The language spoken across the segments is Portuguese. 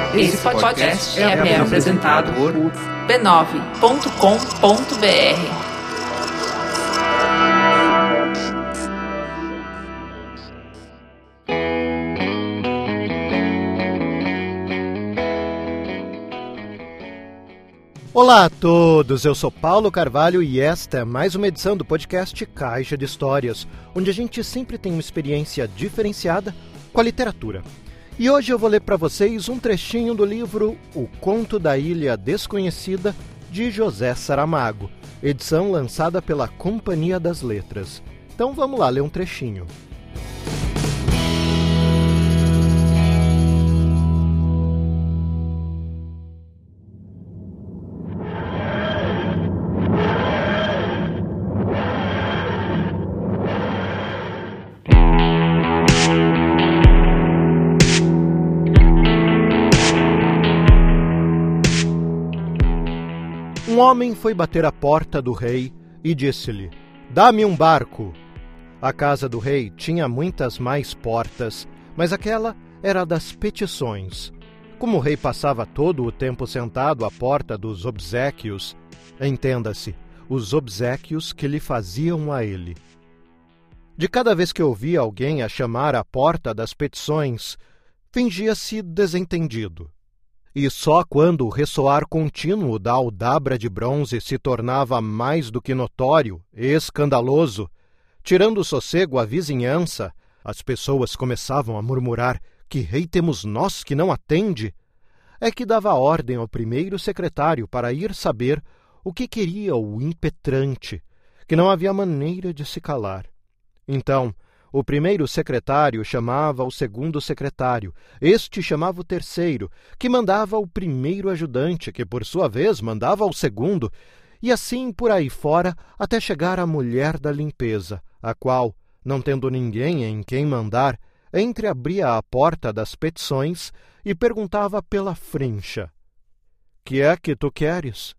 Esse podcast é apresentado por b9.com.br. Olá a todos, eu sou Paulo Carvalho e esta é mais uma edição do podcast Caixa de Histórias, onde a gente sempre tem uma experiência diferenciada com a literatura. E hoje eu vou ler para vocês um trechinho do livro O Conto da Ilha Desconhecida, de José Saramago, edição lançada pela Companhia das Letras. Então vamos lá ler um trechinho. Um homem foi bater à porta do rei e disse-lhe: "Dá-me um barco." A casa do rei tinha muitas mais portas, mas aquela era a das petições. Como o rei passava todo o tempo sentado à porta dos obséquios, entenda-se, os obséquios que lhe faziam a ele. De cada vez que ouvia alguém a chamar à porta das petições, fingia-se desentendido. E só quando o ressoar contínuo da aldabra de bronze se tornava mais do que notório e escandaloso, tirando o sossego à vizinhança, as pessoas começavam a murmurar: "Que rei temos nós que não atende?", é que dava ordem ao primeiro secretário para ir saber o que queria o impetrante, que não havia maneira de se calar. Então, o primeiro secretário chamava o segundo secretário, este chamava o terceiro, que mandava o primeiro ajudante, que por sua vez mandava o segundo, e assim por aí fora até chegar à mulher da limpeza, a qual, não tendo ninguém em quem mandar, entreabria a porta das petições e perguntava pela frincha: "Que é que tu queres?"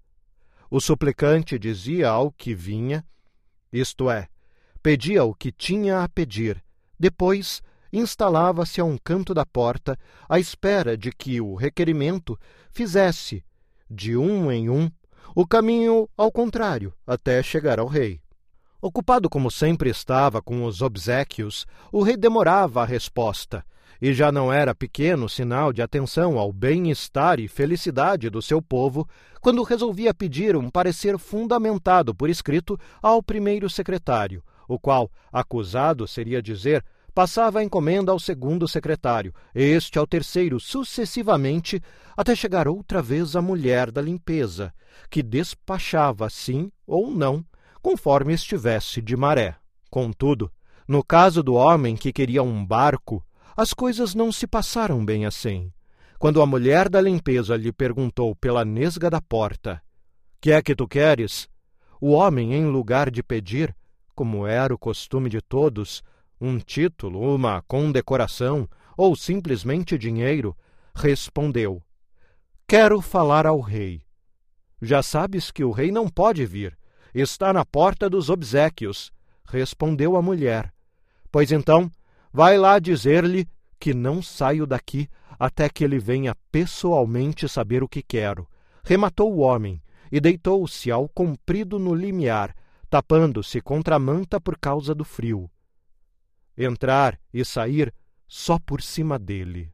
O suplicante dizia ao que vinha, isto é, pedia o que tinha a pedir, depois instalava-se a um canto da porta, à espera de que o requerimento fizesse, de um em um, o caminho ao contrário, até chegar ao rei. Ocupado como sempre estava com os obséquios, o rei demorava a resposta, e já não era pequeno sinal de atenção ao bem-estar e felicidade do seu povo, quando resolvia pedir um parecer fundamentado por escrito ao primeiro secretário, o qual, acusado seria dizer, passava a encomenda ao segundo secretário, este ao terceiro, sucessivamente, até chegar outra vez à mulher da limpeza, que despachava sim ou não, conforme estivesse de maré. Contudo, no caso do homem que queria um barco, as coisas não se passaram bem assim. Quando a mulher da limpeza lhe perguntou pela nesga da porta: "Que é que tu queres?", o homem, em lugar de pedir, como era o costume de todos, um título, uma condecoração ou simplesmente dinheiro, respondeu: "Quero falar ao rei." "Já sabes que o rei não pode vir, está na porta dos obséquios", respondeu a mulher. "Pois então, vai lá dizer-lhe que não saio daqui até que ele venha pessoalmente saber o que quero", rematou o homem, e deitou-se ao comprido no limiar, tapando-se contra a manta por causa do frio. Entrar e sair só por cima dele.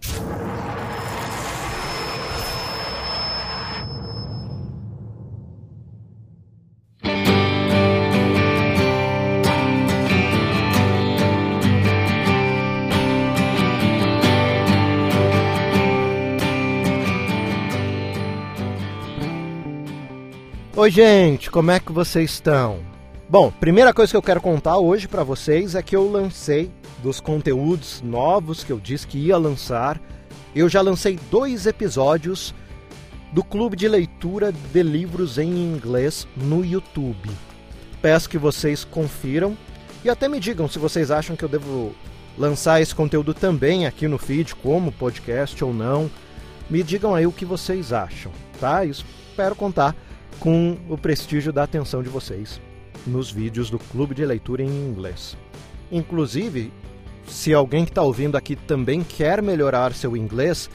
Oi, gente, como é que vocês estão? Bom, primeira coisa que eu quero contar hoje para vocês é que eu lancei dos conteúdos novos que eu disse que ia lançar. Eu já lancei 2 episódios do Clube de Leitura de Livros em Inglês no YouTube. Peço que vocês confiram e até me digam se vocês acham que eu devo lançar esse conteúdo também aqui no feed, como podcast ou não. Me digam aí o que vocês acham, tá? Espero contar com o prestígio da atenção de vocês nos vídeos do Clube de Leitura em Inglês. Inclusive, se alguém que está ouvindo aqui também quer melhorar seu inglês,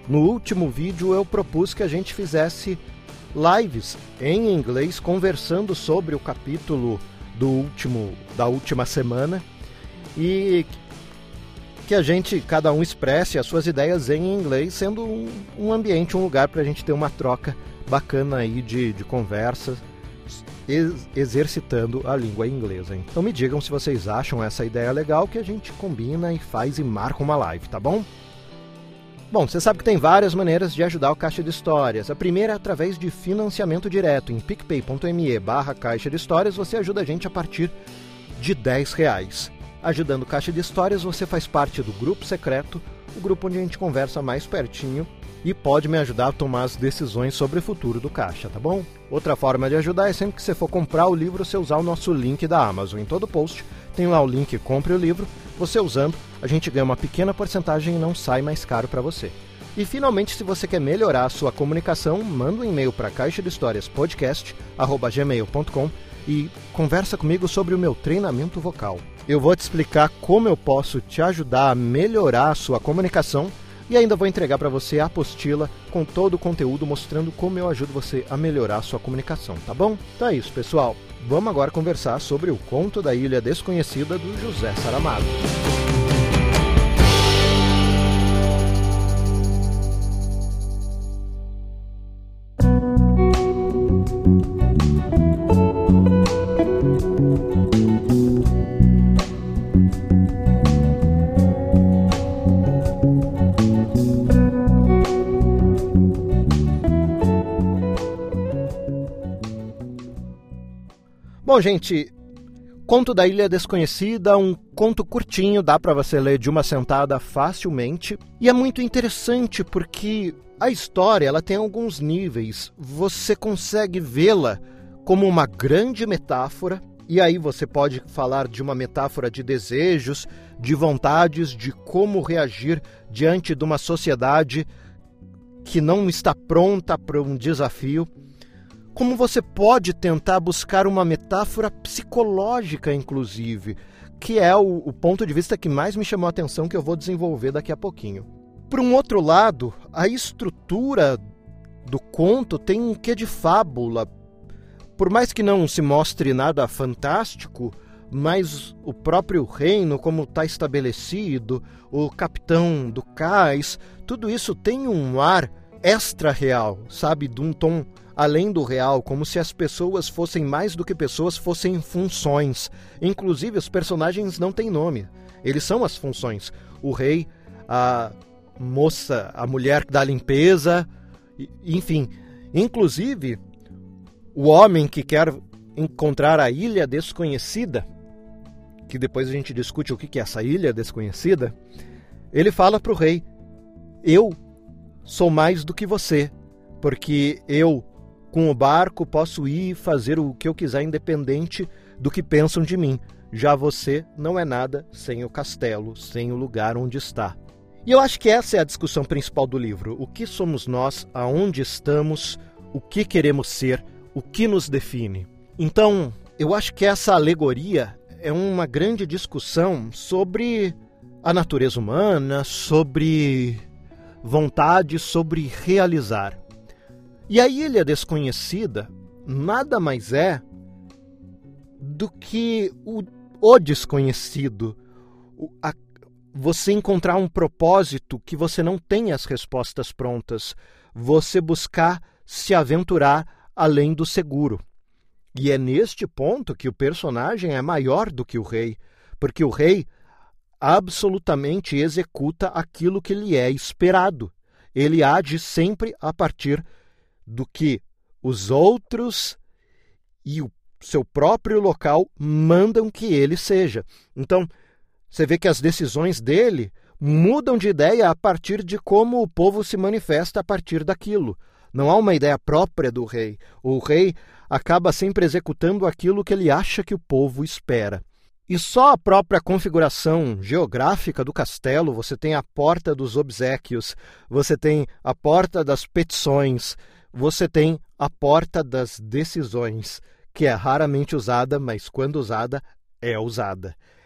No último vídeo eu propus que a gente fizesse lives em inglês conversando sobre o capítulo da última semana e que a gente, cada um expresse as suas ideias em inglês, sendo um ambiente, um lugar para a gente ter uma troca bacana aí de conversa, exercitando a língua inglesa. Então me digam se vocês acham essa ideia legal, que a gente combina e faz e marca uma live, tá bom? Bom, você sabe que tem várias maneiras de ajudar o Caixa de Histórias. A primeira é através de financiamento direto. Em picpay.me/Caixa de Histórias você ajuda a gente a partir de R$10. Ajudando o Caixa de Histórias, você faz parte do grupo secreto, o grupo onde a gente conversa mais pertinho e pode me ajudar a tomar as decisões sobre o futuro do Caixa, tá bom? Outra forma de ajudar é sempre que você for comprar o livro, você usar o nosso link da Amazon. Em todo post tem lá o link Compre o Livro. Você usando, a gente ganha uma pequena porcentagem e não sai mais caro para você. E finalmente, se você quer melhorar a sua comunicação, manda um e-mail para caixadehistoriaspodcast@gmail.com e conversa comigo sobre o meu treinamento vocal. Eu vou te explicar como eu posso te ajudar a melhorar a sua comunicação e ainda vou entregar para você a apostila com todo o conteúdo mostrando como eu ajudo você a melhorar a sua comunicação, tá bom? Então é isso, pessoal. Vamos agora conversar sobre o Conto da Ilha Desconhecida do José Saramago. Bom, gente, Conto da Ilha Desconhecida, um conto curtinho, dá para você ler de uma sentada facilmente. E é muito interessante porque a história ela tem alguns níveis. Você consegue vê-la como uma grande metáfora, e aí você pode falar de uma metáfora de desejos, de vontades, de como reagir diante de uma sociedade que não está pronta para um desafio. Como você pode tentar buscar uma metáfora psicológica, inclusive, que é o ponto de vista que mais me chamou a atenção, que eu vou desenvolver daqui a pouquinho. Por um outro lado, a estrutura do conto tem um quê de fábula. Por mais que não se mostre nada fantástico, mas o próprio reino, como está estabelecido, o capitão do cais, tudo isso tem um ar extra-real, sabe? De um tom além do real, como se as pessoas fossem mais do que pessoas, fossem funções. Inclusive, os personagens não têm nome. Eles são as funções. O rei, a moça, a mulher da limpeza, enfim. Inclusive, o homem que quer encontrar a ilha desconhecida, que depois a gente discute o que é essa ilha desconhecida, ele fala para o rei: eu sou mais do que você, porque eu, com o barco, posso ir e fazer o que eu quiser, independente do que pensam de mim. Já você não é nada sem o castelo, sem o lugar onde está. E eu acho que essa é a discussão principal do livro. O que somos nós, aonde estamos, o que queremos ser, o que nos define. Então, eu acho que essa alegoria é uma grande discussão sobre a natureza humana, sobre vontade, sobre realizar. E a Ilha Desconhecida nada mais é do que o desconhecido. Você encontrar um propósito que você não tem as respostas prontas. Você buscar se aventurar além do seguro. E é neste ponto que o personagem é maior do que o rei, porque o rei absolutamente executa aquilo que lhe é esperado. Ele age sempre a partir do que os outros e o seu próprio local mandam que ele seja. Então, você vê que as decisões dele mudam de ideia a partir de como o povo se manifesta a partir daquilo. Não há uma ideia própria do rei. O rei acaba sempre executando aquilo que ele acha que o povo espera. E só a própria configuração geográfica do castelo, você tem a porta dos obséquios, você tem a porta das petições, você tem a porta das decisões, que é raramente usada, mas quando usada, é usada.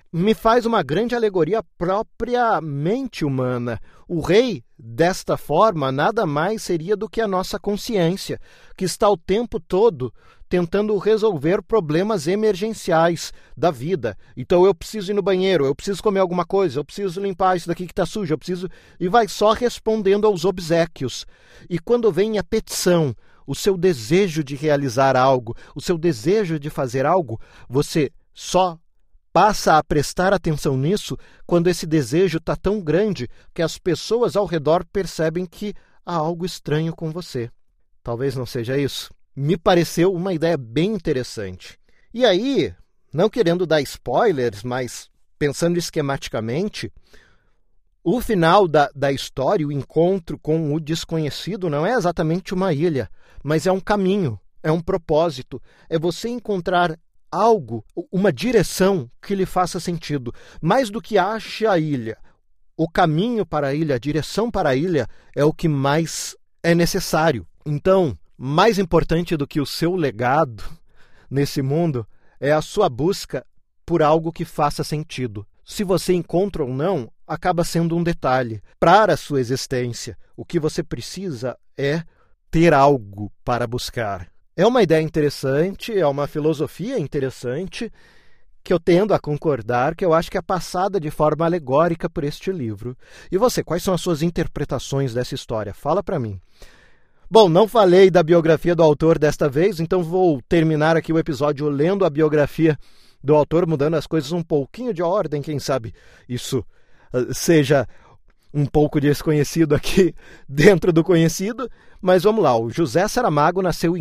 me faz uma grande alegoria à própria mente humana. O rei, desta forma, nada mais seria do que a nossa consciência, que está o tempo todo tentando resolver problemas emergenciais da vida. Então eu preciso ir no banheiro, eu preciso comer alguma coisa, eu preciso limpar isso daqui que está sujo, eu preciso... E vai só respondendo aos obséquios. E quando vem a petição, o seu desejo de realizar algo, o seu desejo de fazer algo, você só passa a prestar atenção nisso quando esse desejo está tão grande que as pessoas ao redor percebem que há algo estranho com você. Talvez não seja isso. Me pareceu uma ideia bem interessante. E aí, não querendo dar spoilers, mas pensando esquematicamente, o final da história, o encontro com o desconhecido, não é exatamente uma ilha, mas é um caminho, é um propósito, é você encontrar algo, uma direção que lhe faça sentido. Mais do que ache a ilha, o caminho para a ilha, a direção para a ilha é o que mais é necessário. Então, mais importante do que o seu legado nesse mundo é a sua busca por algo que faça sentido. Se você encontra ou não, acaba sendo um detalhe. Para a sua existência, o que você precisa é ter algo para buscar. É uma ideia interessante, é uma filosofia interessante, que eu tendo a concordar, que eu acho que é passada de forma alegórica por este livro. E você, quais são as suas interpretações dessa história? Fala para mim. Bom, não falei da biografia do autor desta vez, então vou terminar aqui o episódio lendo a biografia do autor, mudando as coisas um pouquinho de ordem, quem sabe isso seja um pouco desconhecido aqui dentro do conhecido, mas vamos lá. O José Saramago nasceu em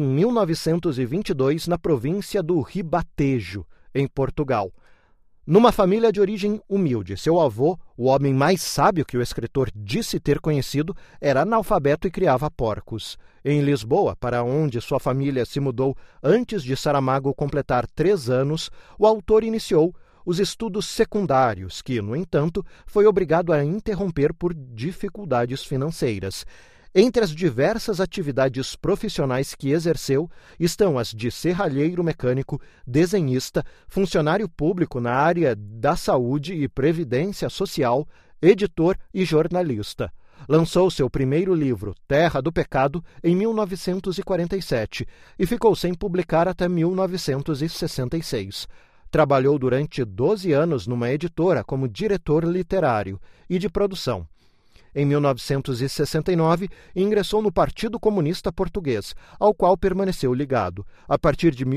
1922 na província do Ribatejo, em Portugal. Numa família de origem humilde, seu avô, o homem mais sábio que o escritor disse ter conhecido, era analfabeto e criava porcos. Em Lisboa, para onde sua família se mudou antes de Saramago completar 3 anos, o autor iniciou os estudos secundários, que, no entanto, foi obrigado a interromper por dificuldades financeiras. Entre as diversas atividades profissionais que exerceu estão as de serralheiro mecânico, desenhista, funcionário público na área da saúde e previdência social, editor e jornalista. Lançou seu primeiro livro, Terra do Pecado, em 1947 e ficou sem publicar até 1966. Trabalhou durante 12 anos numa editora como diretor literário e de produção. Em 1969, ingressou no Partido Comunista Português, ao qual permaneceu ligado. A partir de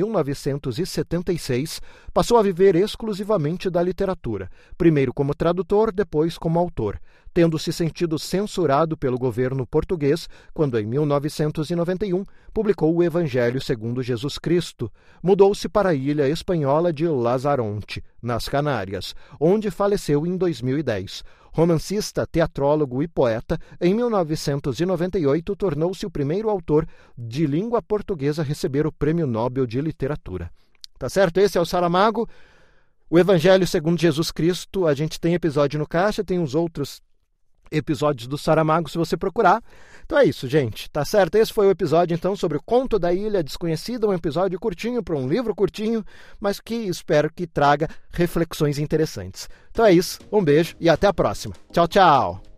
1976, passou a viver exclusivamente da literatura, primeiro como tradutor, depois como autor, tendo se sentido censurado pelo governo português quando, em 1991, publicou o Evangelho segundo Jesus Cristo. Mudou-se para a ilha espanhola de Lanzarote, nas Canárias, onde faleceu em 2010. Romancista, teatrólogo e poeta, em 1998 tornou-se o primeiro autor de língua portuguesa a receber o Prêmio Nobel de Literatura. Tá certo? Esse é o Saramago. O Evangelho segundo Jesus Cristo, a gente tem episódio no caixa, tem os outros episódios do Saramago, se você procurar. Então é isso, gente, tá certo? Esse foi o episódio, então, sobre o Conto da Ilha Desconhecida, um episódio curtinho para um livro curtinho, mas que espero que traga reflexões interessantes. Então é isso, um beijo e até a próxima. Tchau, tchau!